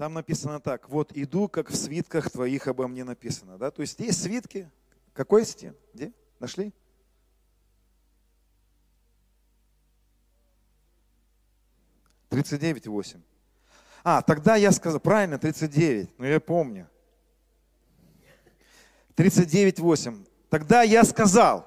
Там написано так: вот иду, как в свитках твоих обо мне написано. Да? То есть есть свитки. Какой стих? Где? Нашли? — 39:8. Тогда я сказал, правильно, 39, но я помню. 39:8. Тогда я сказал.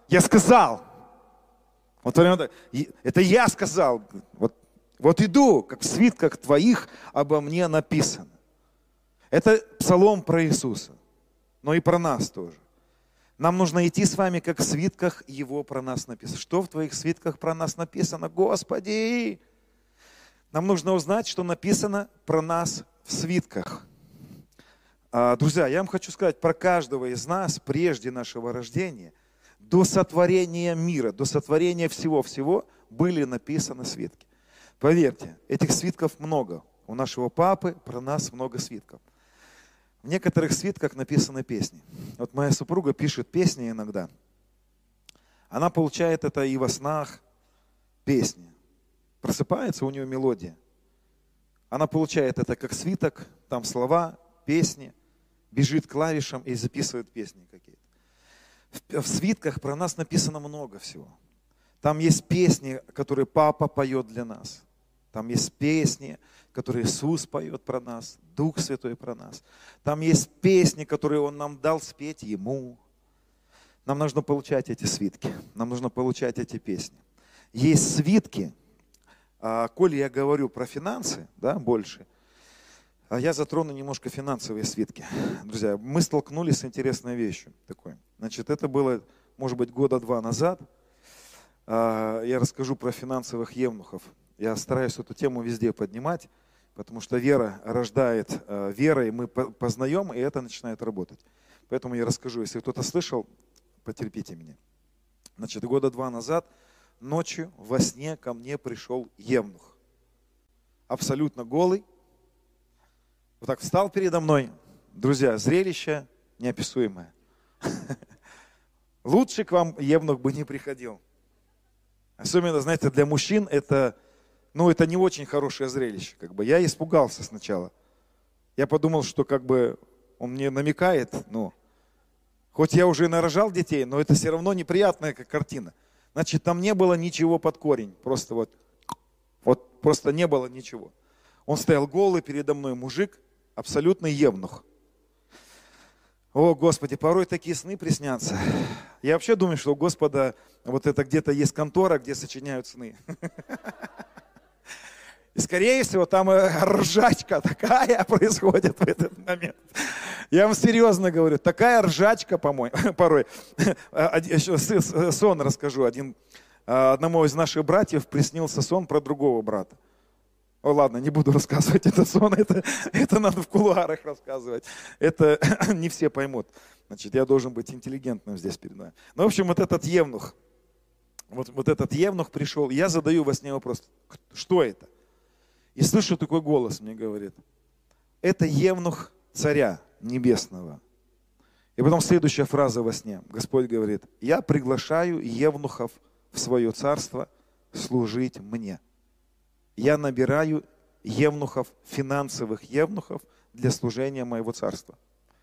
Вот это я сказал. Вот иду, как в свитках твоих обо мне написано. Это псалом про Иисуса, но и про нас тоже. Нам нужно идти с вами, как в свитках Его про нас написано. Что в твоих свитках про нас написано? Господи! Нам нужно узнать, что написано про нас в свитках. Друзья, я вам хочу сказать, про каждого из нас прежде нашего рождения, до сотворения мира, до сотворения всего-всего были написаны свитки. Поверьте, этих свитков много. У нашего папы про нас много свитков. В некоторых свитках написаны песни. Вот моя супруга пишет песни иногда. Она получает это и во снах, песни. Просыпается у нее мелодия. Она получает это как свиток, там слова, песни, бежит к клавишам и записывает песни какие-то. В свитках про нас написано много всего. Там есть песни, которые папа поет для нас. Там есть песни, которые Иисус поет про нас, Дух Святой про нас. Там есть песни, которые Он нам дал спеть Ему. Нам нужно получать эти свитки, нам нужно получать эти песни. Есть свитки, коли я говорю про финансы, да, больше, я затрону немножко финансовые свитки. Друзья, мы столкнулись с интересной вещью такой. Значит, это было, может быть, 2 года назад. Я расскажу про финансовых евнухов. Я стараюсь эту тему везде поднимать, потому что вера рождает верой, мы познаем, и это начинает работать. Поэтому я расскажу. Если кто-то слышал, потерпите меня. Значит, 2 года назад ночью во сне ко мне пришел евнух. Абсолютно голый. Вот так встал передо мной. Друзья, зрелище неописуемое. Лучше к вам евнух бы не приходил. Особенно, знаете, для мужчин это не очень хорошее зрелище. Я испугался сначала. Я подумал, что он мне намекает, хоть я уже и нарожал детей, но это все равно неприятная картина. Значит, там не было ничего под корень. Просто просто не было ничего. Он стоял голый передо мной, мужик, абсолютный евнух. О, Господи, порой такие сны приснятся. Я вообще думаю, что у Господа вот это где-то есть контора, где сочиняют сны. И скорее всего там ржачка такая происходит в этот момент. Я вам серьезно говорю, такая ржачка порой. Еще сон расскажу. Одному из наших братьев приснился сон про другого брата. О, ладно, не буду рассказывать этот сон, это надо в кулуарах рассказывать. Это не все поймут. Значит, я должен быть интеллигентным здесь перед вами. В общем, вот этот евнух пришел, я задаю во сне вопрос, что это? И слышу такой голос, мне говорит, это евнух царя небесного. И потом следующая фраза во сне. Господь говорит, я приглашаю евнухов в свое царство служить мне. Я набираю евнухов, финансовых евнухов для служения моего царства.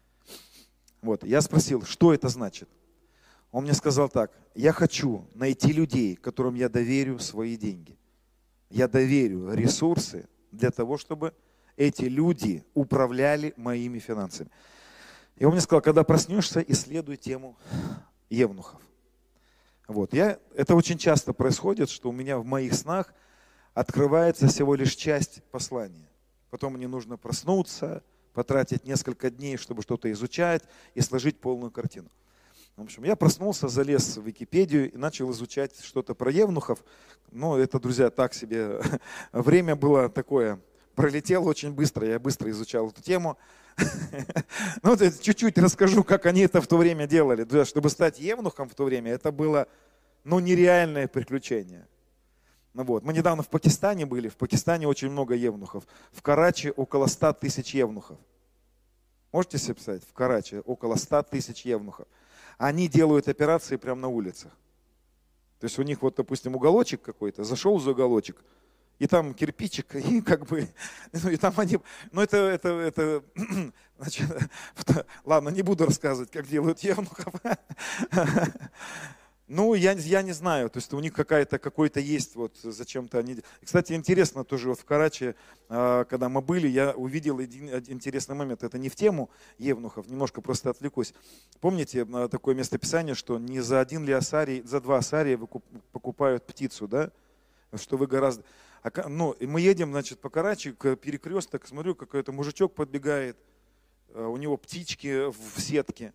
Я спросил, что это значит? Он мне сказал так, я хочу найти людей, которым я доверю свои деньги. Я доверю ресурсы для того, чтобы эти люди управляли моими финансами. И он мне сказал, когда проснешься, исследуй тему евнухов. Это очень часто происходит, что у меня в моих снах открывается всего лишь часть послания. Потом мне нужно проснуться, потратить несколько дней, чтобы что-то изучать и сложить полную картину. В общем, я проснулся, залез в Википедию и начал изучать что-то про евнухов. Это, друзья, так себе. Время было такое, пролетело очень быстро, я быстро изучал эту тему. Чуть-чуть расскажу, как они это в то время делали. Друзья, чтобы стать евнухом в то время, это было, нереальное приключение. Мы недавно в Пакистане были, в Пакистане очень много евнухов. В Карачи около 100 тысяч евнухов. Можете себе представить? В Карачи около 100 тысяч евнухов. Они делают операции прямо на улицах. То есть у них допустим, уголочек какой-то, зашел за уголочек, И там кирпичик, и как бы, ну и там они, ну это, значит, ладно, не буду рассказывать, как делают евнухов. Ну, я не знаю, то есть у них какой-то есть, вот зачем-то они... Кстати, интересно тоже, вот в Карачи, когда мы были, я увидел один интересный момент, это не в тему евнухов, немножко просто отвлекусь. Помните такое местописание, что не за один ли асарий, за 2 асария покупают птицу, да? Что вы гораздо... Ну, и мы едем, значит, по Карачи, к перекресток, смотрю, какой-то мужичок подбегает, у него птички в сетке.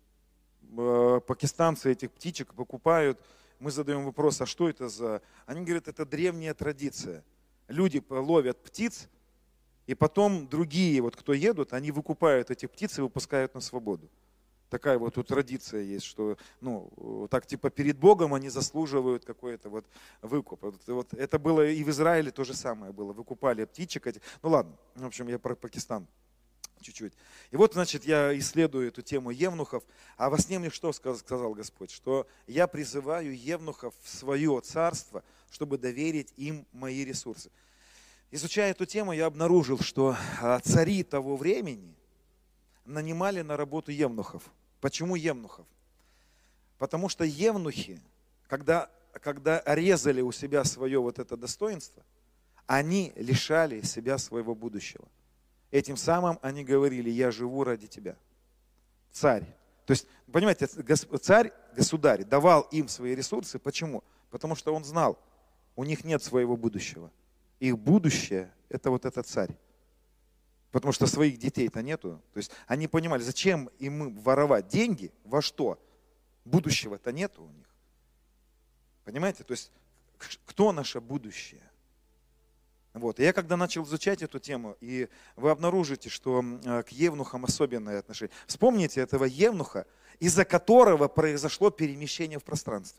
Пакистанцы этих птичек покупают. Мы задаем вопрос, а что это за... Они говорят, это древняя традиция. Люди ловят птиц, и потом другие, вот кто едут, они выкупают этих птиц и выпускают на свободу. Такая вот тут традиция есть, что, ну, так типа перед Богом они заслуживают какой-то вот выкуп. Вот это было и в Израиле то же самое было. Выкупали птичек этих. Ну ладно, в общем, я про Пакистан чуть-чуть. И вот, значит, я исследую эту тему евнухов, а во сне мне что сказал Господь? Что я призываю евнухов в свое царство, чтобы доверить им мои ресурсы. Изучая эту тему, я обнаружил, что цари того времени нанимали на работу евнухов. Почему евнухов? Потому что евнухи, когда резали у себя свое вот это достоинство, они лишали себя своего будущего. Этим самым они говорили, я живу ради тебя. Царь. То есть, понимаете, царь, государь давал им свои ресурсы. Почему? Потому что он знал, у них нет своего будущего. Их будущее – это вот этот царь. Потому что своих детей-то нету. То есть они понимали, зачем им воровать деньги, во что? Будущего-то нету у них. Понимаете? То есть кто наше будущее? Вот. И я когда начал изучать эту тему, и вы обнаружите, что к евнухам особенное отношение. Вспомните этого евнуха, из-за которого произошло перемещение в пространстве.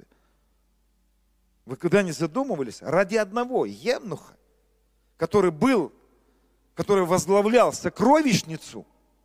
Вы когда-нибудь задумывались? Ради одного евнуха, который возглавлял сокровищницу,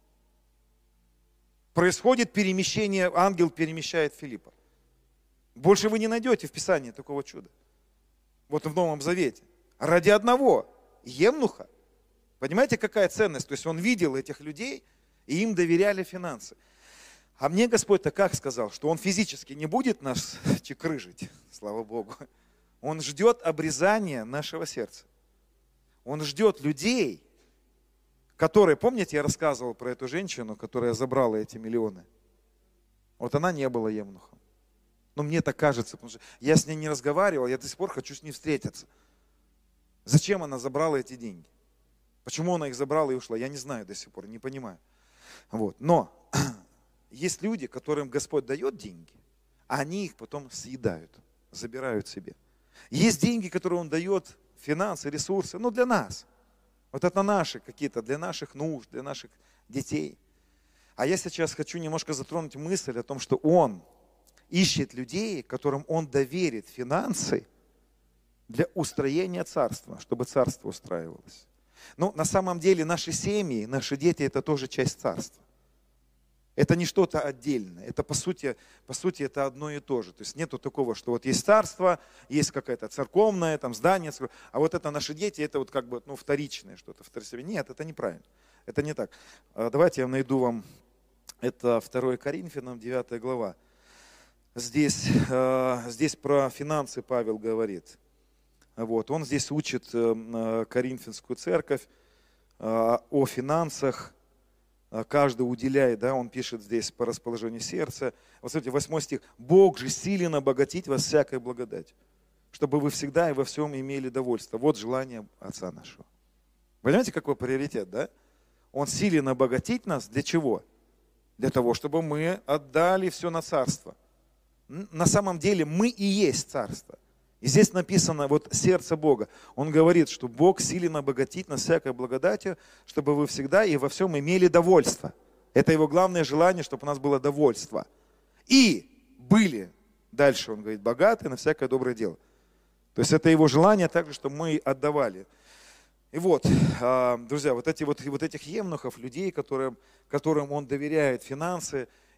происходит перемещение, ангел перемещает Филиппа. Больше вы не найдете в Писании такого чуда. Вот в Новом Завете. Ради одного евнуха. Понимаете, какая ценность? То есть он видел этих людей, и им доверяли финансы. А мне Господь-то как сказал, что Он физически не будет нас чекрыжить, слава Богу. Он ждет обрезания нашего сердца. Он ждет людей, которые, помните, я рассказывал про эту женщину, которая забрала эти миллионы? Вот она не была евнухом. Но мне так кажется, потому что я с ней не разговаривал, я до сих пор хочу с ней встретиться. Зачем она забрала эти деньги? Почему она их забрала и ушла? Я не знаю до сих пор, не понимаю. Вот. Но есть люди, которым Господь дает деньги, а они их потом съедают, забирают себе. Есть деньги, которые Он дает, финансы, ресурсы, ну для нас. Вот это наши какие-то, для наших нужд, для наших детей. А я сейчас хочу немножко затронуть мысль о том, что Он ищет людей, которым Он доверит финансы для устроения царства, чтобы царство устраивалось. Ну, на самом деле наши семьи, наши дети – это тоже часть царства. Это не что-то отдельное, это по сути это одно и то же. То есть нету такого, что вот есть царство, есть какое-то церковное там, здание, а вот это наши дети, это вот как бы вторичное что-то, второстепенное. Нет, это неправильно, это не так. Давайте я найду вам, это 2 Коринфянам, 9 глава. Здесь про финансы Павел говорит. Вот, он здесь учит Коринфянскую церковь о финансах. Каждый уделяет, да, он пишет здесь по расположению сердца. Вот смотрите, 8 стих. «Бог же силен обогатить вас всякой благодатью, чтобы вы всегда и во всем имели довольство». Вот желание Отца нашего. Понимаете, какой приоритет, да? Он силен обогатить нас для чего? Для того, чтобы мы отдали все на царство. На самом деле мы и есть царство. И здесь написано вот сердце Бога. Он говорит, что Бог силен обогатить нас всякой благодатью, чтобы вы всегда и во всем имели довольство. Это Его главное желание, чтобы у нас было довольство. И были, дальше он говорит, богаты на всякое доброе дело. То есть это Его желание также, чтобы мы отдавали. И вот, друзья, вот этих евнухов, людей, которым Он доверяет финансы,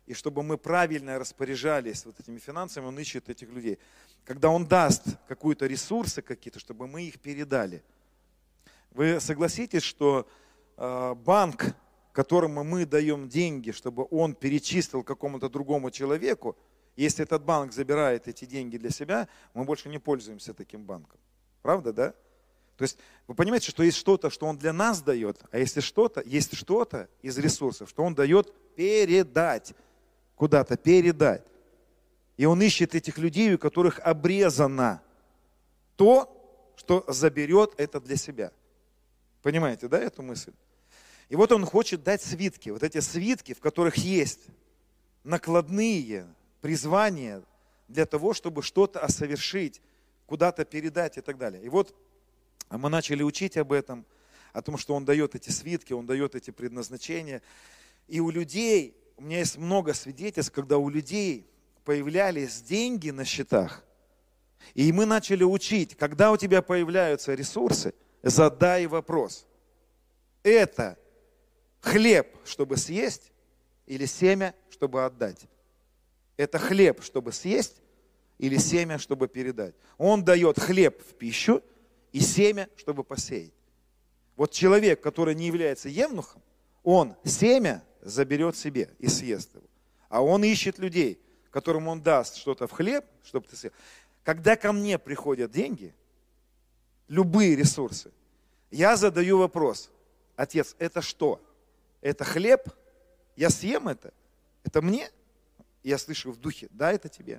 и чтобы мы правильно распоряжались вот этими финансами, Он ищет этих людей. Когда Он даст какие-то ресурсы какие-то, чтобы мы их передали. Вы согласитесь, что банк, которому мы даем деньги, чтобы он перечислил какому-то другому человеку, если этот банк забирает эти деньги для себя, мы больше не пользуемся таким банком. Правда, да? То есть вы понимаете, что есть что-то, что Он для нас дает, а если есть что-то из ресурсов, что Он дает передать, куда-то передать. И Он ищет этих людей, у которых обрезано то, что заберет это для себя. Понимаете, да, эту мысль? И вот Он хочет дать свитки, вот эти свитки, в которых есть накладные призвания для того, чтобы что-то совершить, куда-то передать и так далее. И вот мы начали учить об этом, о том, что Он дает эти свитки, Он дает эти предназначения. И у людей, у меня есть много свидетельств, когда у людей появлялись деньги на счетах, и мы начали учить, когда у тебя появляются ресурсы, задай вопрос. Это хлеб, чтобы съесть, или семя, чтобы отдать? Это хлеб, чтобы съесть, или семя, чтобы передать? Он дает хлеб в пищу и семя, чтобы посеять. Вот человек, который не является евнухом, он семя заберет себе и съест его. А он ищет людей, которым он даст что-то в хлеб, чтобы ты съел. Когда ко мне приходят деньги, любые ресурсы, я задаю вопрос: Отец, это что? Это хлеб? Я съем это? Это мне? Я слышу в духе: да, это тебе.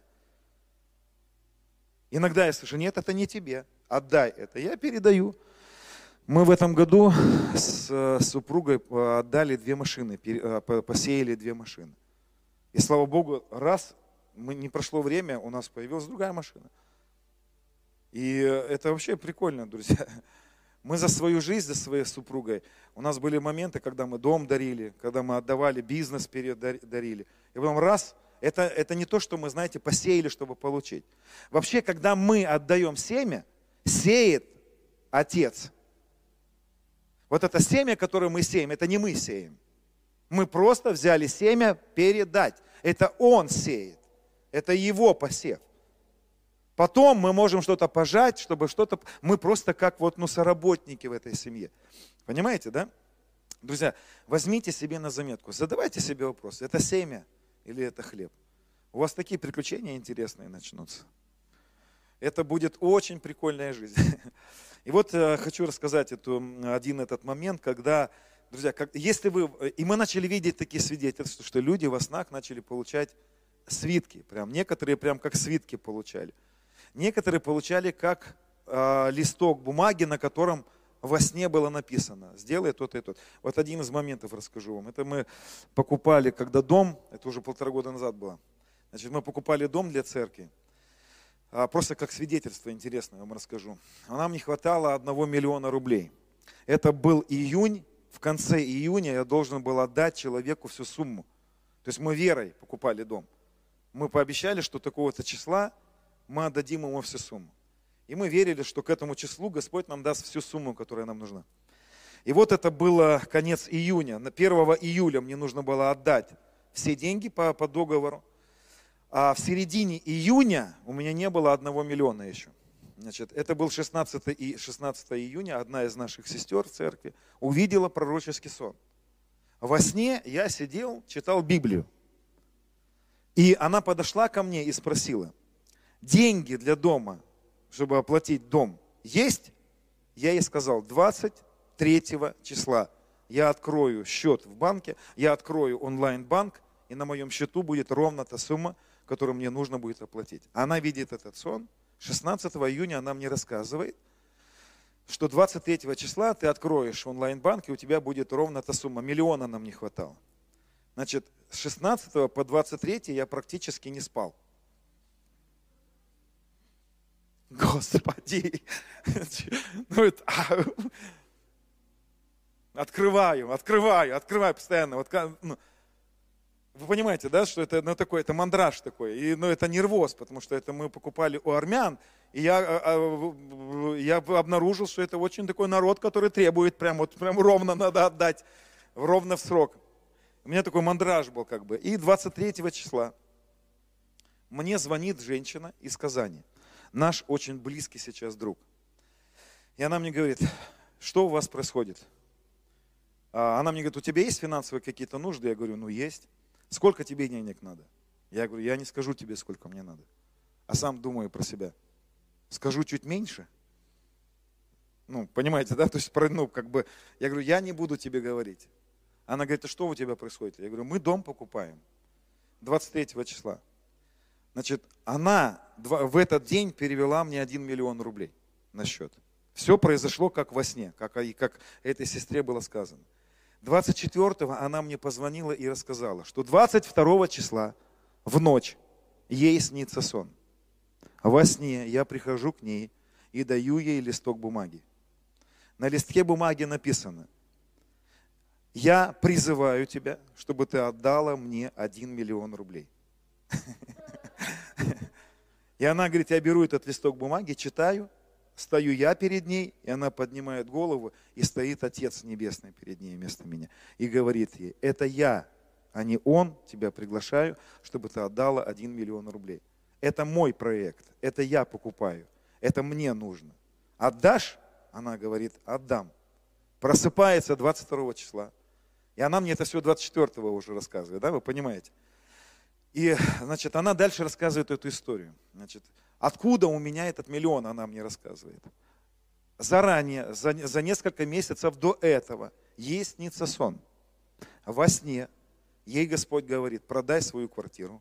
Иногда я слышу: нет, это не тебе, отдай это. Я передаю. Мы в этом году с супругой отдали 2 машины, посеяли 2 машины. И слава Богу, не прошло время, у нас появилась другая машина. И это вообще прикольно, друзья. Мы за свою жизнь, за своей супругой, у нас были моменты, когда мы дом дарили, когда мы отдавали бизнес, дарили. И потом это не то, что мы, знаете, посеяли, чтобы получить. Вообще, когда мы отдаем семя, сеет Отец. Вот это семя, которое мы сеем, это не мы сеем. Мы просто взяли семя передать. Это Он сеет. Это Его посев. Потом мы можем что-то пожать, чтобы что-то... Мы просто как соработники в этой семье. Понимаете, да? Друзья, возьмите себе на заметку, задавайте себе вопрос: это семя или это хлеб? У вас такие приключения интересные начнутся. Это будет очень прикольная жизнь. И вот хочу рассказать один этот момент, когда, друзья, и мы начали видеть такие свидетельства, что люди во снах начали получать свитки. Некоторые прям как свитки получали. Некоторые получали как листок бумаги, на котором во сне было написано: сделай то-то и то. Вот один из моментов расскажу вам. Это мы покупали, когда дом, это уже 1,5 года назад было. Значит, мы покупали дом для церкви. Просто как свидетельство интересное вам расскажу. Нам не хватало 1 миллиона рублей. Это был июнь. В конце июня я должен был отдать человеку всю сумму. То есть мы верой покупали дом. Мы пообещали, что такого-то числа мы отдадим ему всю сумму. И мы верили, что к этому числу Господь нам даст всю сумму, которая нам нужна. И вот это было конец июня. На 1 июля мне нужно было отдать все деньги по договору. А в середине июня у меня не было 1 миллиона еще. Значит, это был 16 июня. Одна из наших сестер в церкви увидела пророческий сон. Во сне я сидел, читал Библию. И она подошла ко мне и спросила: деньги для дома, чтобы оплатить дом, есть? Я ей сказал: 23 числа я открою счет в банке, я открою онлайн-банк, и на моем счету будет ровно та сумма, которую мне нужно будет оплатить. Она видит этот сон. 16 июня она мне рассказывает, что 23 числа ты откроешь онлайн-банк, и у тебя будет ровно та сумма. 1 миллиона нам не хватало. Значит, с 16 по 23 я практически не спал. Господи! Открываю постоянно. Вы понимаете, да, что это это мандраж такой, и это нервоз, потому что это мы покупали у армян, и я обнаружил, что это очень такой народ, который требует прям ровно надо отдать, ровно в срок. У меня такой мандраж был как бы. И 23 числа мне звонит женщина из Казани. Наш очень близкий сейчас друг. И она мне говорит, что у вас происходит? Она мне говорит, у тебя есть финансовые какие-то нужды? Я говорю, ну есть. Сколько тебе денег надо? Я говорю, я не скажу тебе, сколько мне надо. А сам думаю про себя. Скажу чуть меньше? Ну, понимаете, да? То есть, ну, как бы, я говорю, я не буду тебе говорить. Она говорит, а что у тебя происходит? Я говорю, мы дом покупаем 23 числа. Значит, она в этот день перевела мне 1 миллион рублей на счет. Все произошло как во сне, как этой сестре было сказано. 24-го она мне позвонила и рассказала, что 22 числа в ночь ей снится сон. Во сне я прихожу к ней и даю ей листок бумаги. На листке бумаги написано, я призываю тебя, чтобы ты отдала мне 1 миллион рублей. И она говорит, я беру этот листок бумаги, читаю, стою я перед ней, и она поднимает голову, и стоит Отец Небесный перед ней вместо меня. И говорит ей, это я, а не он, тебя приглашаю, чтобы ты отдала 1 миллион рублей. Это мой проект, это я покупаю, это мне нужно. Отдашь? Она говорит, отдам. Просыпается 22 числа. И она мне это все 24-го уже рассказывает, да, вы понимаете? И, значит, она дальше рассказывает эту историю. Значит, откуда у меня этот миллион, она мне рассказывает. Заранее, за несколько месяцев до этого, ей снится сон. Во сне ей Господь говорит, продай свою квартиру.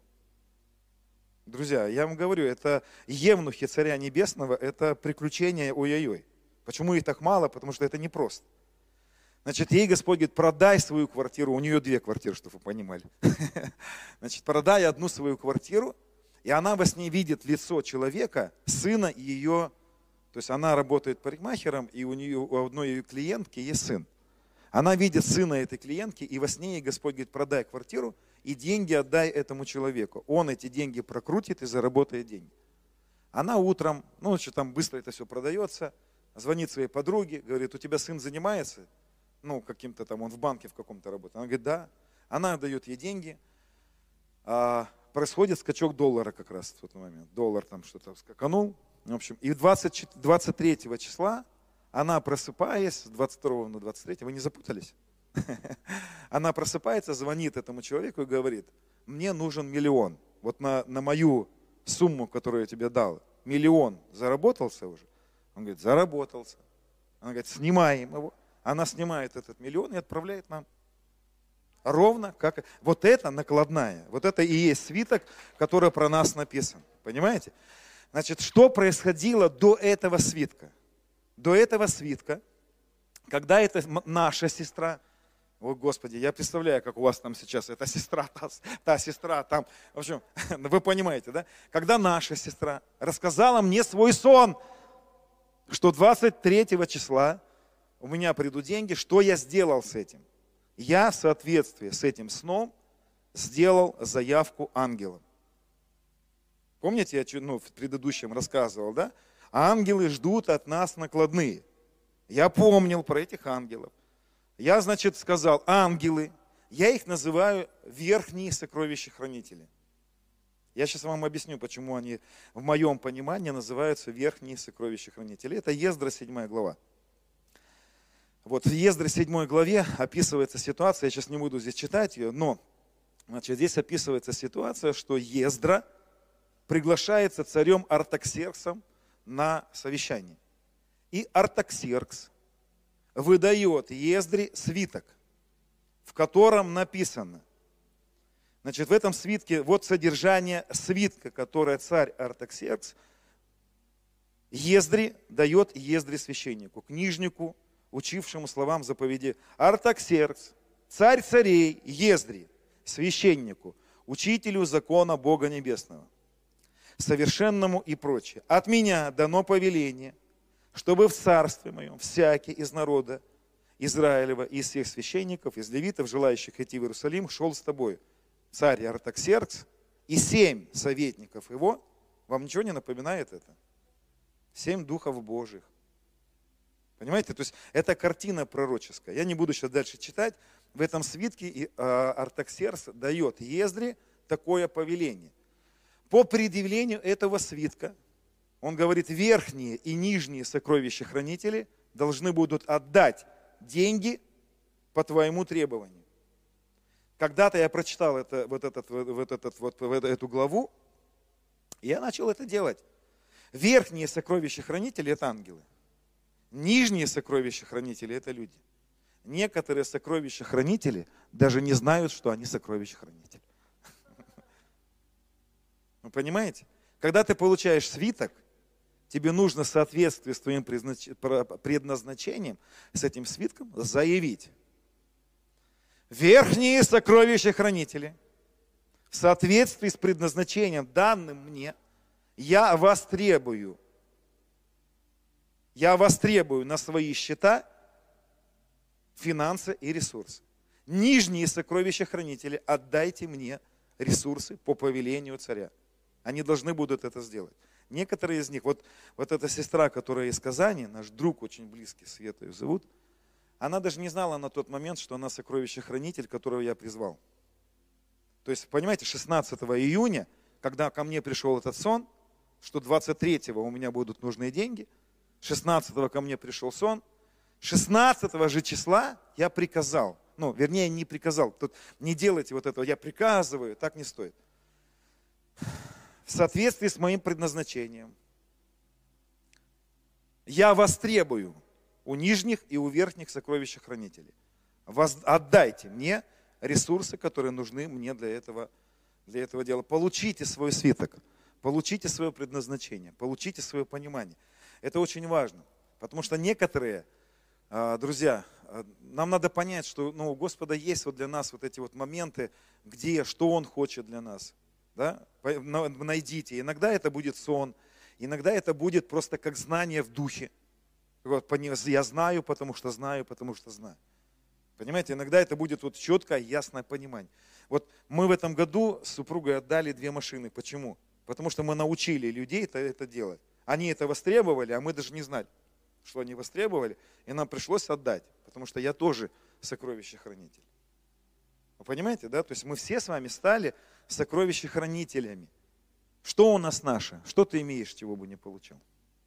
Друзья, я вам говорю, это евнухи Царя Небесного, это приключения ой-ой-ой. Почему их так мало? Потому что это непросто. Значит, ей Господь говорит, продай свою квартиру. У нее 2 квартиры, чтобы вы понимали. Значит, продай одну свою квартиру, и она во сне видит лицо человека, сына ее, то есть она работает парикмахером, и у одной ее клиентки есть сын. Она видит сына этой клиентки, и во сне ей Господь говорит, продай квартиру, и деньги отдай этому человеку. Он эти деньги прокрутит и заработает деньги. Она утром, ну, что там быстро это все продается, звонит своей подруге, говорит, у тебя сын занимается? Ну, каким-то там, он в банке в каком-то работает. Она говорит, да. Она отдает ей деньги. Происходит скачок доллара как раз в тот момент. Доллар там что-то скаканул. В общем, и 23 числа она, просыпаясь, с 22 на 23, вы не запутались? Она просыпается, звонит этому человеку и говорит, мне нужен 1 миллион. Вот на мою сумму, которую я тебе дал, 1 миллион заработался уже? Он говорит, заработался. Она говорит, снимаем его. Она снимает этот 1 миллион и отправляет нам. Ровно как... Вот это накладная. Вот это и есть свиток, который про нас написан. Понимаете? Значит, что происходило до этого свитка? До этого свитка, когда эта наша сестра, о Господи, я представляю, как у вас там сейчас эта сестра, та сестра там. В общем, вы понимаете, да? Когда наша сестра рассказала мне свой сон, что 23 числа у меня придут деньги, что я сделал с этим? Я в соответствии с этим сном сделал заявку ангелам. Помните, я в предыдущем рассказывал, да? Ангелы ждут от нас накладные. Я помнил про этих ангелов. Я, значит, сказал, ангелы, я их называю верхние сокровища-хранители. Я сейчас вам объясню, почему они в моем понимании называются верхние сокровища-хранители. Это Ездра, 7 глава. Вот в Ездре 7 главе описывается ситуация, я сейчас не буду здесь читать ее, но значит, здесь описывается ситуация, что Ездра приглашается царем Артаксерксом на совещание. И Артаксеркс выдает Ездре свиток, в котором написано, значит, в этом свитке, вот содержание свитка, которое царь Артаксеркс Ездре дает Ездре священнику, книжнику, учившему словам заповеди. Артаксеркс, царь царей, Ездре, священнику, учителю закона Бога Небесного, совершенному и прочее. От меня дано повеление, чтобы в царстве моем всякий из народа Израилева, из всех священников, из левитов, желающих идти в Иерусалим, шел с тобой. Царь Артаксеркс и 7 советников его. Вам ничего не напоминает это? 7 духов Божьих. Понимаете? То есть это картина пророческая. Я не буду сейчас дальше читать. в этом свитке Артаксеркс дает Ездре такое повеление. По предъявлению этого свитка, он говорит, верхние и нижние сокровища-хранители должны будут отдать деньги по твоему требованию. Когда-то я прочитал эту главу, и я начал это делать. Верхние сокровища-хранители – это ангелы. Нижние сокровища-хранители – это люди. Некоторые сокровища-хранители даже не знают, что они сокровища-хранители. Вы понимаете? Когда ты получаешь свиток, тебе нужно в соответствии с твоим предназначением, с этим свитком заявить. Верхние сокровища-хранители, в соответствии с предназначением, данным мне, я востребую на свои счета финансы и ресурсы. Нижние сокровища-хранители, отдайте мне ресурсы по повелению царя. Они должны будут это сделать. Некоторые из них, вот эта сестра, которая из Казани, наш друг очень близкий, Света ее зовут, она даже не знала на тот момент, что она сокровища-хранитель, которого я призвал. То есть, понимаете, 16 июня, когда ко мне пришел этот сон, что 23-го у меня будут нужные деньги, 16-го ко мне пришел сон, 16-го же числа я приказал, вернее, не приказал, тут не делайте вот этого, я приказываю, так не стоит. В соответствии с моим предназначением я востребую у нижних и у верхних сокровища-хранителей. Отдайте мне ресурсы, которые нужны мне для этого дела. Получите свой свиток, получите свое предназначение, получите свое понимание. Это очень важно, потому что некоторые, друзья, нам надо понять, что у Господа есть вот для нас вот эти вот моменты, что Он хочет для нас. Да? Найдите. Иногда это будет сон, иногда это будет просто как знание в духе. Я знаю, потому что знаю, потому что знаю. Понимаете, иногда это будет вот четкое, ясное понимание. Вот мы в этом году с супругой отдали 2 машины. Почему? Потому что мы научили людей это делать. Они это востребовали, а мы даже не знали, что они востребовали, и нам пришлось отдать, потому что я тоже сокровища-хранитель. Вы понимаете, да? То есть мы все с вами стали сокровища-хранителями. Что у нас наше? Что ты имеешь, чего бы не получил?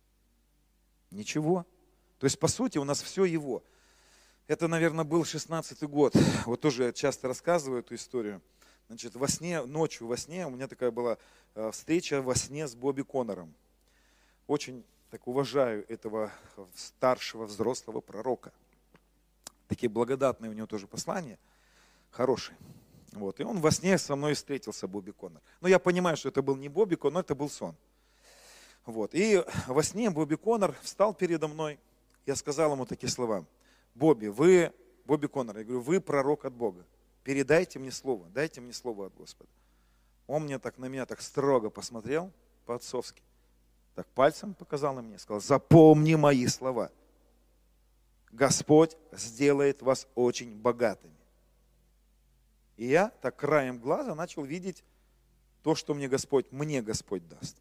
Ничего. То есть, по сути, у нас все Его. Это, наверное, был 16-й год. Вот тоже я часто рассказываю эту историю. Значит, ночью во сне у меня такая была встреча во сне с Бобби Коннором. Очень так уважаю этого старшего взрослого пророка. Такие благодатные у него тоже послания, хорошие. Вот. И он во сне со мной встретился, Бобби Коннор. Но я понимаю, что это был не Бобби Коннор, это был сон. Вот. И во сне Бобби Коннор встал передо мной. Я сказал ему такие слова. Бобби Коннор, я говорю, вы пророк от Бога. Передайте мне слово, дайте мне слово от Господа. Он на меня так строго посмотрел, по-отцовски. Так пальцем показал на меня, сказал, запомни мои слова. Господь сделает вас очень богатыми. И я так краем глаза начал видеть то, что мне Господь даст.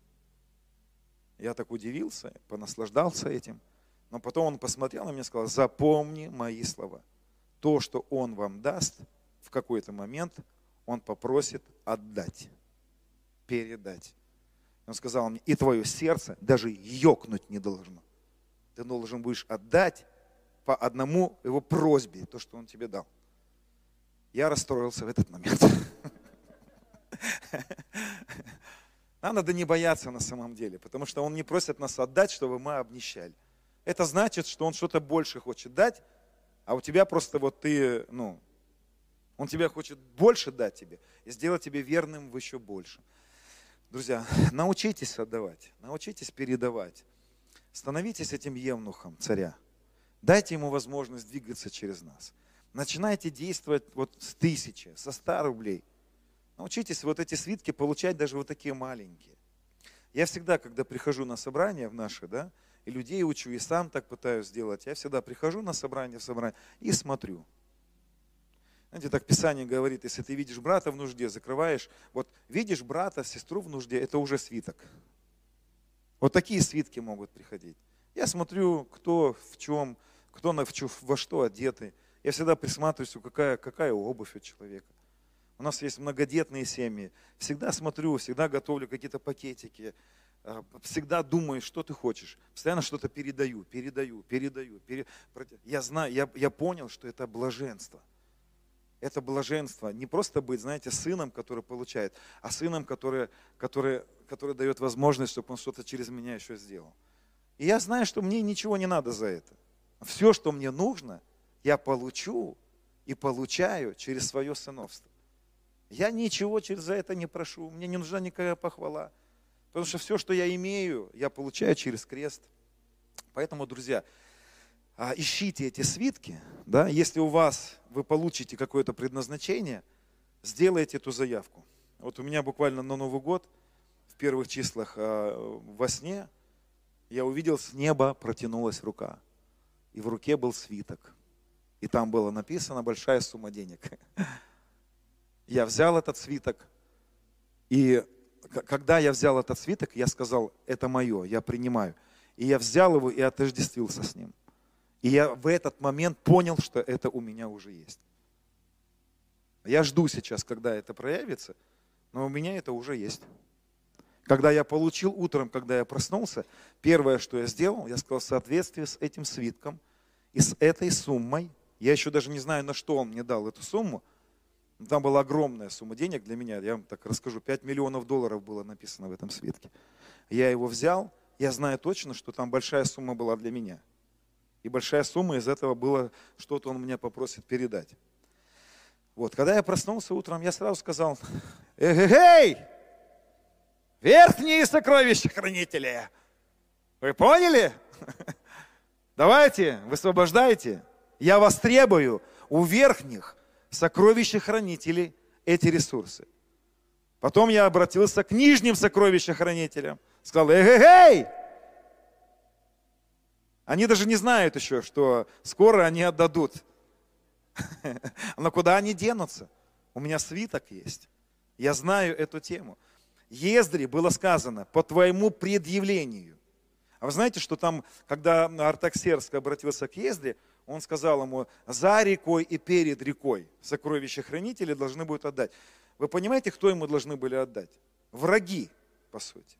Я так удивился, понаслаждался этим. Но потом он посмотрел на меня и сказал, запомни мои слова. То, что Он вам даст, в какой-то момент Он попросит отдать, передать. Он сказал мне, и твое сердце даже ёкнуть не должно. Ты должен будешь отдать по одному Его просьбе, то, что Он тебе дал. Я расстроился в этот момент. Нам надо не бояться на самом деле, потому что Он не просит нас отдать, чтобы мы обнищали. Это значит, что Он что-то больше хочет дать, а у тебя просто Он тебя хочет больше дать тебе и сделать тебя верным в еще больше. Друзья, научитесь отдавать, научитесь передавать. Становитесь этим евнухом царя. Дайте ему возможность двигаться через нас. Начинайте действовать с 1000, со 100 рублей. Научитесь вот эти свитки получать даже вот такие маленькие. Я всегда, когда прихожу на собрания в наши, и людей учу, и сам так пытаюсь сделать, я всегда прихожу на собрание и смотрю. Знаете, так Писание говорит, если ты видишь брата в нужде, закрываешь, видишь брата, сестру в нужде, это уже свиток. Вот такие свитки могут приходить. Я смотрю, кто в чем, кто во что одеты. Я всегда присматриваюсь, какая обувь у человека. У нас есть многодетные семьи. Всегда смотрю, всегда готовлю какие-то пакетики. Всегда думаю, что ты хочешь. Постоянно что-то передаю. Я знаю, я понял, что это блаженство. Это блаженство. Не просто быть, знаете, сыном, который получает, а сыном, который дает возможность, чтобы он что-то через меня еще сделал. И я знаю, что мне ничего не надо за это. Все, что мне нужно, я получу и получаю через свое сыновство. Я ничего за это не прошу, мне не нужна никакая похвала. Потому что все, что я имею, я получаю через крест. Поэтому, друзья, ищите эти свитки. Да? Если вы получите какое-то предназначение, сделайте эту заявку. Вот у меня буквально на Новый год, в первых числах во сне, я увидел, с неба протянулась рука. И в руке был свиток. И там было написано большая сумма денег. Я взял этот свиток, и когда я взял этот свиток, я сказал, это мое, я принимаю. И я взял его и отождествился с ним. И я в этот момент понял, что это у меня уже есть. Я жду сейчас, когда это проявится, но у меня это уже есть. Когда я получил утром, когда я проснулся, первое, что я сделал, я сказал, в соответствии с этим свитком и с этой суммой, я еще даже не знаю, на что он мне дал эту сумму, там была огромная сумма денег для меня, я вам так расскажу, 5 миллионов долларов было написано в этом свитке. Я его взял, я знаю точно, что там большая сумма была для меня. И большая сумма из этого было, что-то он меня попросит передать. Вот, когда я проснулся утром, я сразу сказал, эй, верхние сокровища хранители, вы поняли? Давайте, высвобождайте, я вас требую у верхних сокровищехранителей эти ресурсы. Потом я обратился к нижним сокровищехранителям. Сказал, эй! Они даже не знают еще, что скоро они отдадут. Но куда они денутся? У меня свиток есть. Я знаю эту тему. Ездре было сказано, по твоему предъявлению. А вы знаете, что там, когда Артаксеркс обратился к Ездре, он сказал ему, за рекой и перед рекой сокровищехранители должны будут отдать. Вы понимаете, кто ему должны были отдать? Враги, по сути.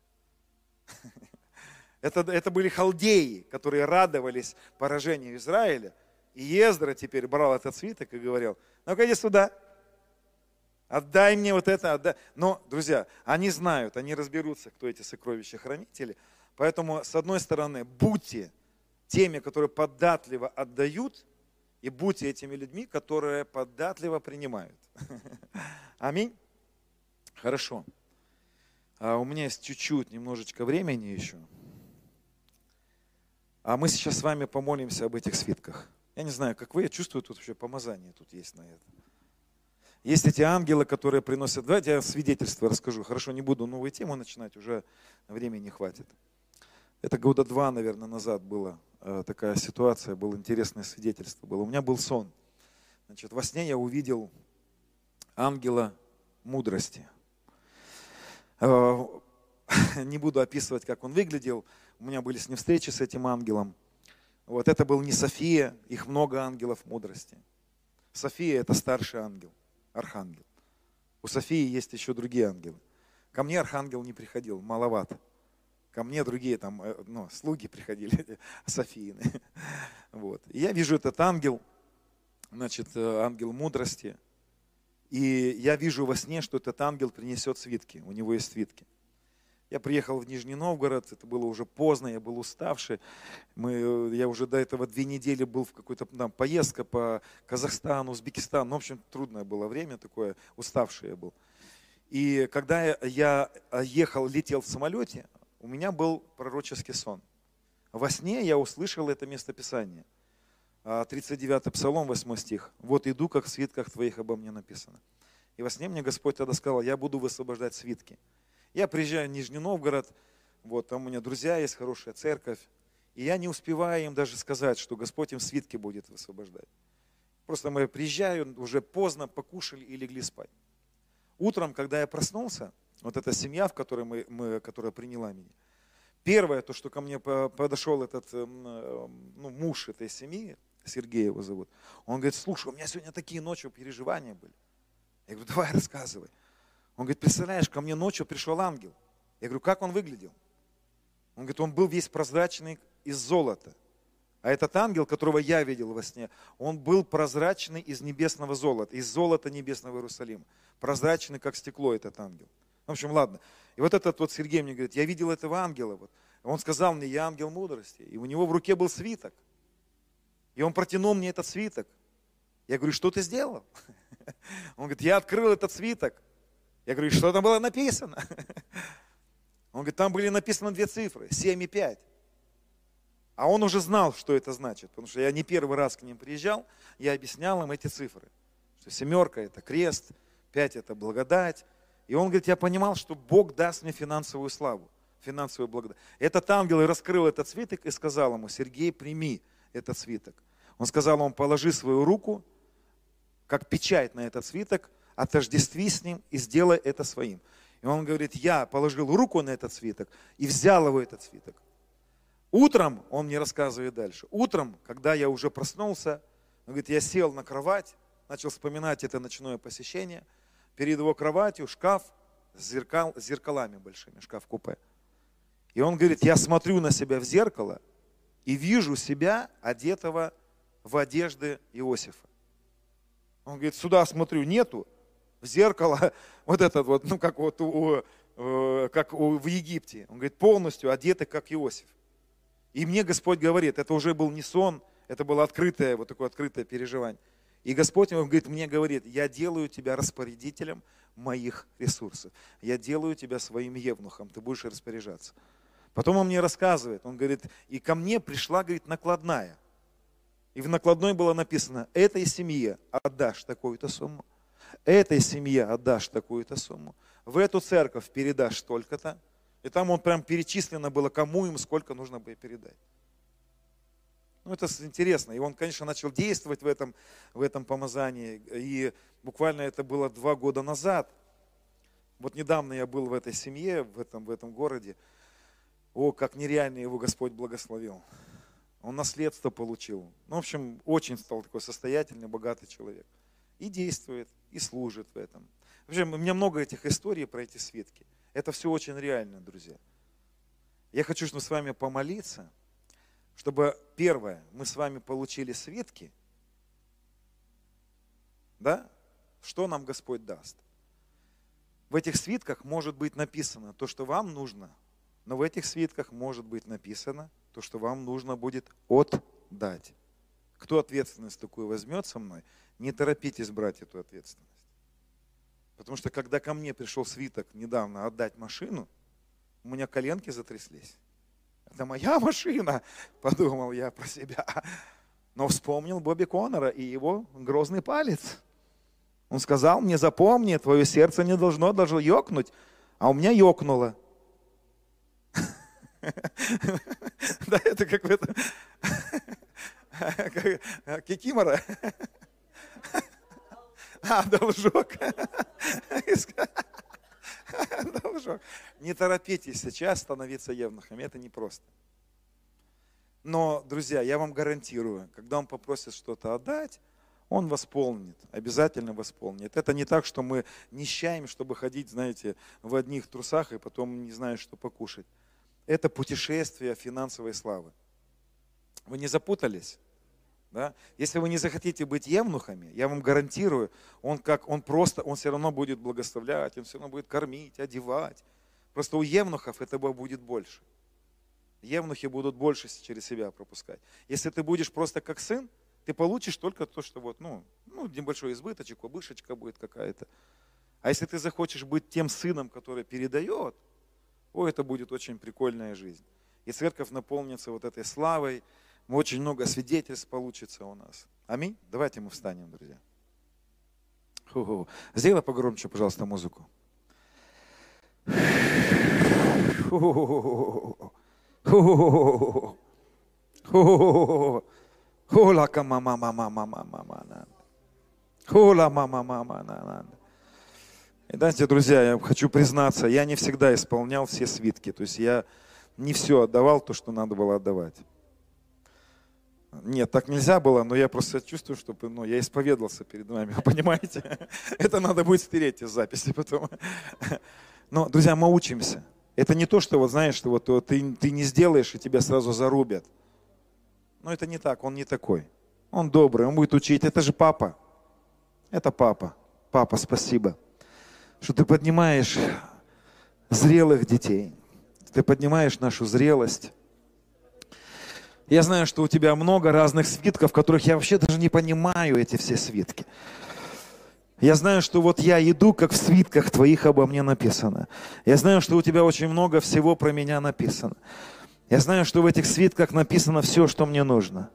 Это были халдеи, которые радовались поражению Израиля. И Ездра теперь брал этот свиток и говорил, ну-ка иди сюда, отдай мне вот это, отдай. Но, друзья, они знают, они разберутся, кто эти сокровищехранители. Поэтому, с одной стороны, будьте теми, которые податливо отдают, и будьте этими людьми, которые податливо принимают. Аминь. Хорошо. У меня есть чуть-чуть, немножечко времени еще. А мы сейчас с вами помолимся об этих свитках. Я не знаю, как вы, я чувствую, тут вообще помазание тут есть на это. Есть эти ангелы, которые приносят... Давайте я свидетельство расскажу. Хорошо, не буду новую тему начинать, уже времени не хватит. Это года 2, наверное, назад была такая ситуация, было интересное свидетельство. У меня был сон. Значит, во сне я увидел ангела мудрости. Не буду описывать, как он выглядел. У меня были с ним встречи с этим ангелом. Вот это был не София, их много ангелов мудрости. София – это старший ангел, архангел. У Софии есть еще другие ангелы. Ко мне архангел не приходил, маловато. Ко мне другие там, слуги приходили, Софиины. Вот. И я вижу этот ангел, значит, ангел мудрости. И я вижу во сне, что этот ангел принесет свитки. У него есть свитки. Я приехал в Нижний Новгород, это было уже поздно, я был уставший. Я уже до этого 2 недели был в какой-то поездка по Казахстану, Узбекистану. В общем, трудное было время такое, уставший я был. И когда я летел в самолете, у меня был пророческий сон. Во сне я услышал это местописание. 39-й Псалом, 8 стих. «Вот иду, как в свитках твоих обо мне написано». И во сне мне Господь тогда сказал, я буду высвобождать свитки. Я приезжаю в Нижний Новгород, вот там у меня друзья есть, хорошая церковь. И я не успеваю им даже сказать, что Господь им свитки будет высвобождать. Просто мы приезжаю, уже поздно, покушали и легли спать. Утром, когда я проснулся, вот эта семья, в которой которая приняла меня, первое, то, что ко мне подошел этот муж этой семьи, Сергей его зовут. Он говорит, слушай, у меня сегодня такие ночью переживания были. Я говорю, давай рассказывай. Он говорит, представляешь, ко мне ночью пришел ангел. Я говорю, как он выглядел? Он говорит, он был весь прозрачный из золота. А этот ангел, которого я видел во сне, он был прозрачный из небесного золота, из золота небесного Иерусалима. Прозрачный, как стекло, этот ангел. В общем, ладно. И вот этот вот Сергей мне говорит, я видел этого ангела. Вот. Он сказал мне, я ангел мудрости. И у него в руке был свиток. И он протянул мне этот свиток. Я говорю, что ты сделал? Он говорит, я открыл этот свиток. Я говорю, что там было написано? Он говорит, там были написаны 2 цифры, 7 и 5. А он уже знал, что это значит, потому что я не первый раз к ним приезжал, я объяснял им эти цифры. Что 7 это крест, 5 это благодать. И он говорит, я понимал, что Бог даст мне финансовую славу, финансовую благодать. Этот ангел и раскрыл этот свиток и сказал ему, Сергей, прими этот свиток. Он сказал ему, положи свою руку, как печать на этот свиток, отождестви с ним и сделай это своим. И он говорит, я положил руку на этот свиток и взял его этот свиток. Утром, он мне рассказывает дальше, утром, когда я уже проснулся, он говорит, я сел на кровать, начал вспоминать это ночное посещение, перед его кроватью шкаф с зеркалами большими, шкаф-купе. И он говорит, я смотрю на себя в зеркало и вижу себя одетого в одежды Иосифа. Он говорит, сюда смотрю, нету, в зеркало, вот этот вот, ну как вот в Египте. Он говорит, полностью одетый, как Иосиф. И мне Господь говорит, это уже был не сон, это было открытое, вот такое открытое переживание. И Господь мне говорит, я делаю тебя распорядителем моих ресурсов. Я делаю тебя своим евнухом, ты будешь распоряжаться. Потом он мне рассказывает, он говорит, и ко мне пришла, говорит, накладная. И в накладной было написано, этой семье отдашь такую-то сумму, этой семье отдашь такую-то сумму, в эту церковь передашь столько-то. И там он прям перечислено было, кому им сколько нужно было передать. Ну, это интересно. И он, конечно, начал действовать в этом помазании. И буквально это было 2 года назад. Вот недавно я был в этой семье, в этом городе. О, как нереально его Господь благословил. Он наследство получил. Ну, в общем, очень стал такой состоятельный, богатый человек. И действует, и служит в этом. Вообще, у меня много этих историй про эти свитки. Это все очень реально, друзья. Я хочу, чтобы с вами помолиться, чтобы, первое, мы с вами получили свитки, да? Что нам Господь даст? В этих свитках может быть написано то, что вам нужно, но в этих свитках может быть написано то, что вам нужно будет отдать. Кто ответственность такую возьмет со мной, не торопитесь брать эту ответственность. Потому что когда ко мне пришел свиток недавно отдать машину, у меня коленки затряслись. Это моя машина, подумал я про себя. Но вспомнил Бобби Коннора и его грозный палец. Он сказал мне, запомни, твое сердце не должно даже ёкнуть, а у меня ёкнуло. Да, это как в этом... Кикимора. Должок. Должок. Не торопитесь сейчас становиться евнухами, это непросто. Но, друзья, я вам гарантирую, когда он попросит что-то отдать, он восполнит, обязательно восполнит. Это не так, что мы нищаем, чтобы ходить, знаете, в одних трусах и потом не знаешь, что покушать. Это путешествие финансовой славы. Вы не запутались? Да? Если вы не захотите быть евнухами, я вам гарантирую, он все равно будет благословлять, он все равно будет кормить, одевать. Просто у евнухов этого будет больше. Евнухи будут больше через себя пропускать. Если ты будешь просто как сын, ты получишь только то, что небольшой избыточек, обышечка будет какая-то. А если ты захочешь быть тем сыном, который передает, это будет очень прикольная жизнь. И церковь наполнится вот этой славой, очень много свидетельств получится у нас. Аминь. Давайте мы встанем, друзья. Сделай погромче, пожалуйста, музыку. И знаете, друзья, я хочу признаться, я не всегда исполнял все свитки. То есть я не все отдавал, то, что надо было отдавать. Нет, так нельзя было, но я просто чувствую, что я исповедался перед вами, вы понимаете? Это надо будет стереть из записи потом. Но, друзья, мы учимся. Это не то, что, знаешь, что ты не сделаешь, и тебя сразу зарубят. Но это не так, он не такой. Он добрый, он будет учить. Это же папа. Это папа. Папа, спасибо, что ты поднимаешь зрелых детей. Ты поднимаешь нашу зрелость. Я знаю, что у тебя много разных свитков, которых я вообще даже не понимаю, эти все свитки. Я знаю, что я иду, как в свитках твоих обо мне написано. Я знаю, что у тебя очень много всего про меня написано. Я знаю, что в этих свитках написано все, что мне нужно.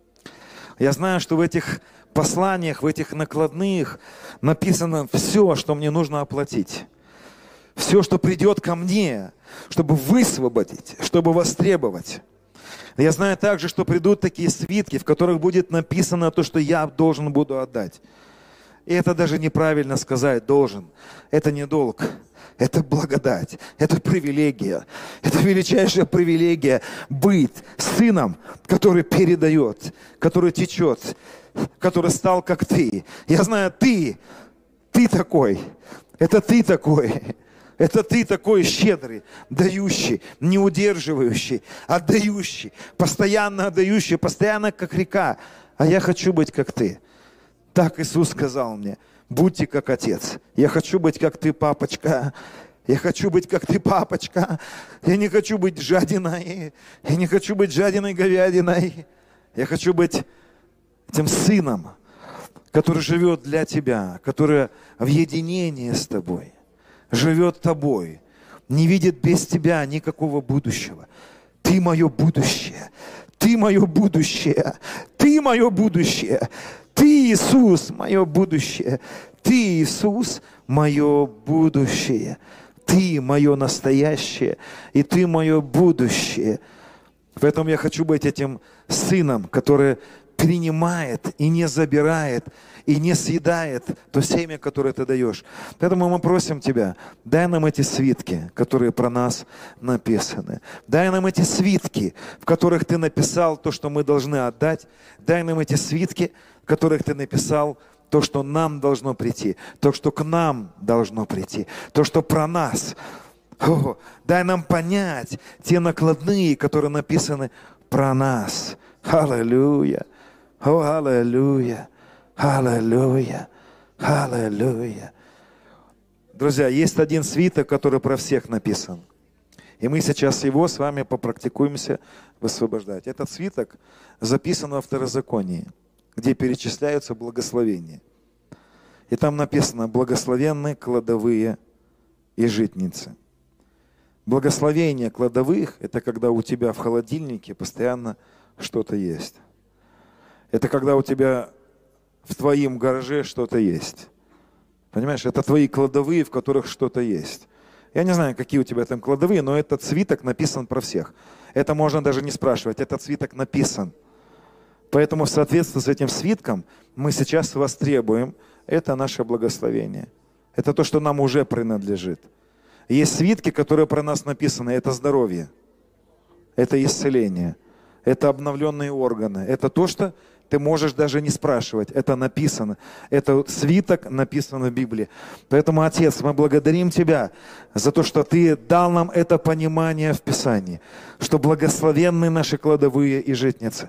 Я знаю, что в этих посланиях, в этих накладных написано все, что мне нужно оплатить. Все, что придет ко мне, чтобы высвободить, чтобы востребовать. Я знаю также, что придут такие свитки, в которых будет написано то, что я должен буду отдать. И это даже неправильно сказать «должен». Это не долг, это благодать, это привилегия. Это величайшая привилегия быть сыном, который передает, который течет, который стал как ты. Я знаю, ты такой, это ты такой. Это ты такой щедрый, дающий, не удерживающий, отдающий, постоянно как река. А я хочу быть как ты. Так Иисус сказал мне, будьте как Отец. Я хочу быть как ты, папочка. Я хочу быть как ты, папочка. Я не хочу быть жадиной. Я не хочу быть жадиной говядиной. Я хочу быть тем сыном, который живет для тебя, который в единении с тобой. Живет тобой, не видит без тебя никакого будущего. Ты мое будущее, ты мое будущее, ты мое будущее, ты, Иисус, мое будущее, ты, Иисус, мое будущее, ты мое настоящее, и ты мое будущее. Поэтому я хочу быть этим сыном, который принимает и не забирает, и не съедает то семя, которое ты даешь. Поэтому мы просим тебя, дай нам эти свитки, которые про нас написаны. Дай нам эти свитки, в которых ты написал то, что мы должны отдать. Дай нам эти свитки, в которых ты написал то, что нам должно прийти, то, что к нам должно прийти, то, что про нас. Дай нам понять те накладные, которые написаны про нас. Аллилуйя! О, аллилуйя! Аллилуйя! Аллилуйя! Друзья, есть один свиток, который про всех написан. И мы сейчас его с вами попрактикуемся высвобождать. Этот свиток записан во Второзаконии, где перечисляются благословения. И там написано «благословенны кладовые и житницы». Благословение кладовых – это когда у тебя в холодильнике постоянно что-то есть. Это когда у тебя в твоем гараже что-то есть. Понимаешь, это твои кладовые, в которых что-то есть. Я не знаю, какие у тебя там кладовые, но этот свиток написан про всех. Это можно даже не спрашивать, этот свиток написан. Поэтому в соответствии с этим свитком мы сейчас востребуем, это наше благословение. Это то, что нам уже принадлежит. Есть свитки, которые про нас написаны, это здоровье, это исцеление, это обновленные органы, это то, что ты можешь даже не спрашивать, это написано. Это свиток написан в Библии. Поэтому, Отец, мы благодарим Тебя за то, что Ты дал нам это понимание в Писании, что благословенны наши кладовые и житницы.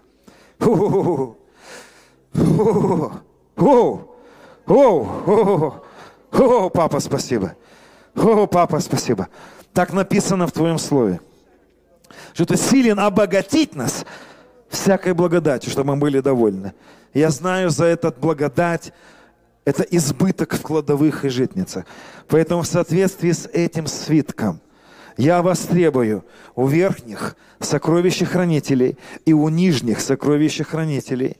Папа, спасибо. О, Папа, спасибо. Так написано в Твоем Слове, что Ты силен обогатить нас всякой благодатью, чтобы мы были довольны. Я знаю за этот благодать, это избыток в кладовых и житницах. Поэтому в соответствии с этим свитком я востребую у верхних сокровищехранителей и у нижних сокровищехранителей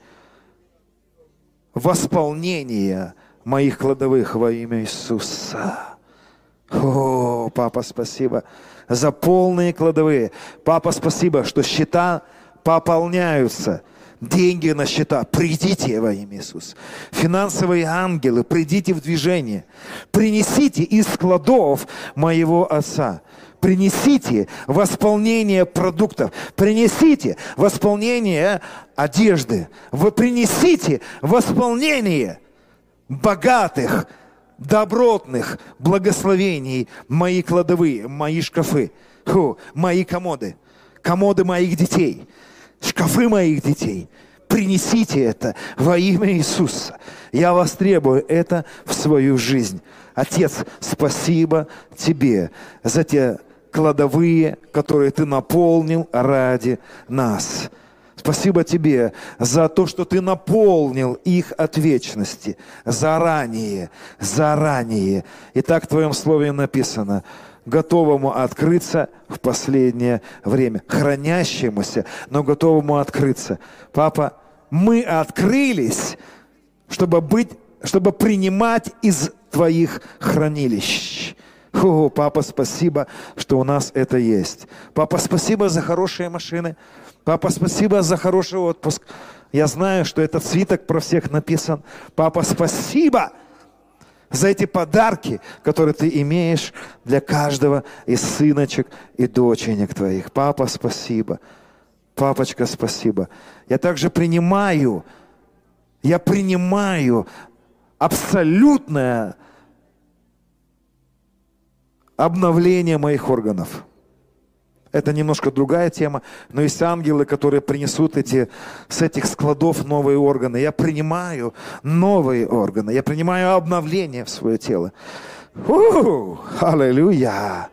восполнение моих кладовых во имя Иисуса. О, Папа, спасибо за полные кладовые. Папа, спасибо, что счета пополняются. Деньги на счета. Придите во имя Иисуса. Финансовые ангелы, придите в движение. Принесите из складов моего Отца. принесите восполнение продуктов, принесите восполнение одежды, вы принесите восполнение богатых, добротных благословений, мои кладовые, мои шкафы, мои комоды, комоды моих детей, шкафы моих детей. Принесите это во имя Иисуса. Я вас требую это в свою жизнь. Отец, спасибо Тебе за те кладовые, которые Ты наполнил ради нас. Спасибо Тебе за то, что Ты наполнил их от вечности. Заранее. И так в Твоем Слове написано: готовому открыться в последнее время. Хранящемуся, но готовому открыться. Папа, мы открылись, чтобы принимать из Твоих хранилищ. Папа, спасибо, что у нас это есть. Папа, спасибо за хорошие машины. Папа, спасибо за хороший отпуск. Я знаю, что этот свиток про всех написан. Папа, спасибо за эти подарки, которые Ты имеешь для каждого из сыночек и доченек Твоих. Папа, спасибо. Папочка, спасибо. Я также принимаю абсолютное обновление моих органов. Это немножко другая тема, но есть ангелы, которые принесут с этих складов новые органы. Я принимаю новые органы, я принимаю обновление в свое тело. Аллилуйя!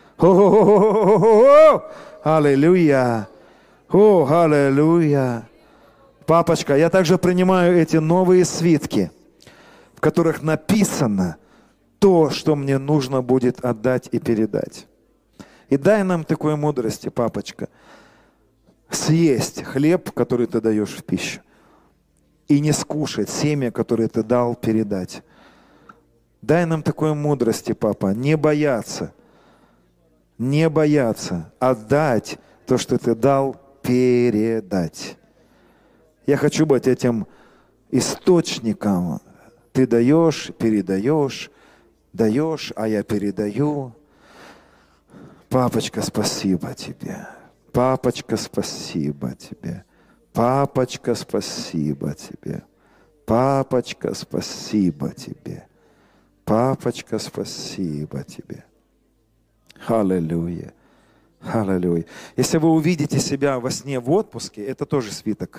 Аллилуйя! Аллилуйя! Папочка, я также принимаю эти новые свитки, в которых написано то, что мне нужно будет отдать и передать. И дай нам такой мудрости, папочка, съесть хлеб, который Ты даешь в пищу, и не скушать семя, которое Ты дал, передать. Дай нам такой мудрости, папа, не бояться отдать то, что Ты дал, передать. Я хочу быть этим источником. Ты даешь, передаешь, даешь, а я передаю. Папочка, спасибо Тебе. Папочка, спасибо Тебе. Папочка, спасибо Тебе. Папочка, спасибо Тебе. Папочка, спасибо Тебе. Аллилуйя. Аллилуйя. Если вы увидите себя во сне в отпуске, это тоже свиток.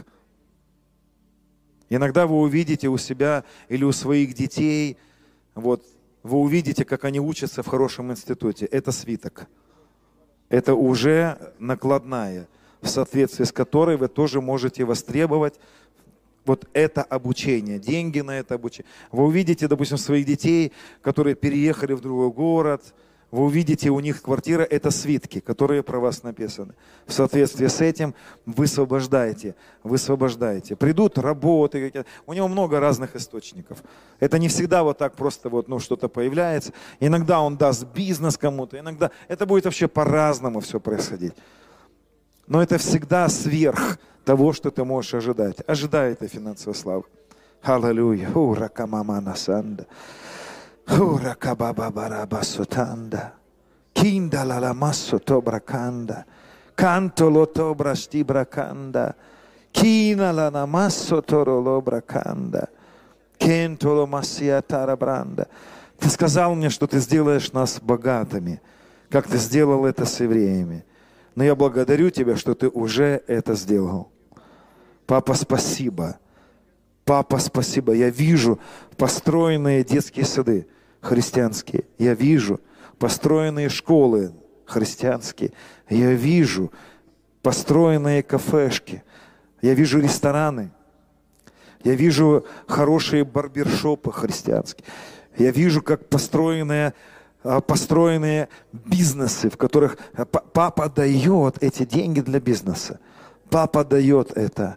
Иногда вы увидите у себя или у своих детей, вы увидите, как они учатся в хорошем институте. Это свиток. Это уже накладная, в соответствии с которой вы тоже можете востребовать это обучение, деньги на это обучение. Вы увидите, допустим, своих детей, которые переехали в другой город, вы увидите, у них квартира – это свитки, которые про вас написаны. В соответствии с этим вы высвобождаете. Придут работы, у него много разных источников. Это не всегда вот так просто что-то появляется. Иногда он даст бизнес кому-то, иногда это будет вообще по-разному все происходить. Но это всегда сверх того, что ты можешь ожидать. Ожидай этой финансовой славы. Аллилуйя. Урака мамана санда. Урака баба бараба сутанда. Кинда лала массо тобраканда. Канто лото брашти браканда. Кина лана массо тороло браканда. Кентоло массия тарабранда. Ты сказал мне, что ты сделаешь нас богатыми, как ты сделал это с евреями. Но я благодарю Тебя, что Ты уже это сделал. Папа, спасибо. Папа, спасибо. Я вижу построенные детские сады христианские. Я вижу построенные школы христианские. Я вижу построенные кафешки. Я вижу рестораны. Я вижу хорошие барбершопы христианские. Я вижу, как построенные бизнесы, в которых папа дает эти деньги для бизнеса. Папа дает это.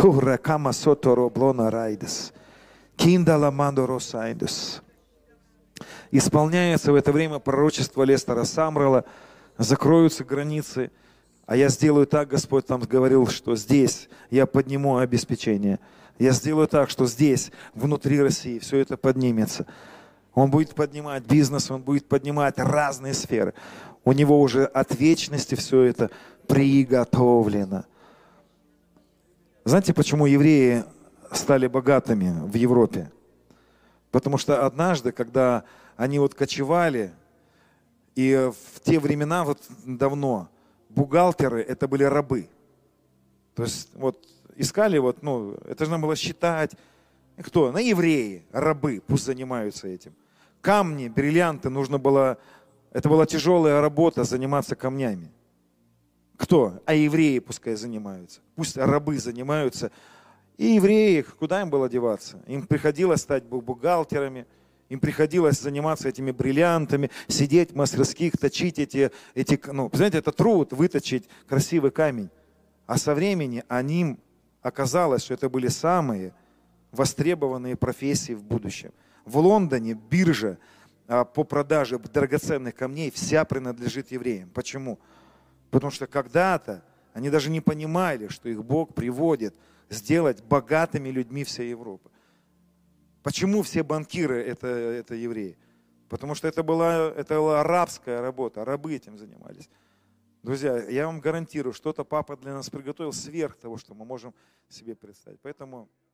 Исполняется в это время пророчество Лестера Самрела. Закроются границы. А я сделаю так, Господь там говорил, что здесь я подниму обеспечение. Я сделаю так, что здесь, внутри России, все это поднимется. Он будет поднимать бизнес, он будет поднимать разные сферы. У него уже от вечности все это приготовлено. Знаете, почему евреи стали богатыми в Европе? Потому что однажды, когда они вот кочевали, и в те времена, вот давно, бухгалтеры это были рабы. То есть вот искали, вот, ну, это же надо было считать. Кто? На евреи, рабы, пусть занимаются этим. Камни, бриллианты нужно было, это была тяжелая работа заниматься камнями. Кто? А евреи пускай занимаются. Пусть рабы занимаются. И евреи, куда им было деваться? Им приходилось стать бухгалтерами, им приходилось заниматься этими бриллиантами, сидеть в мастерских, точить эти ну, знаете, это труд, выточить красивый камень. А со временем им оказалось, что это были самые востребованные профессии в будущем. В Лондоне биржа по продаже драгоценных камней вся принадлежит евреям. Почему? Потому что когда-то они даже не понимали, что их Бог приводит сделать богатыми людьми всей Европы. Почему все банкиры это евреи? Потому что это была рабская работа, рабы этим занимались. Друзья, я вам гарантирую, что-то папа для нас приготовил сверх того, что мы можем себе представить. Поэтому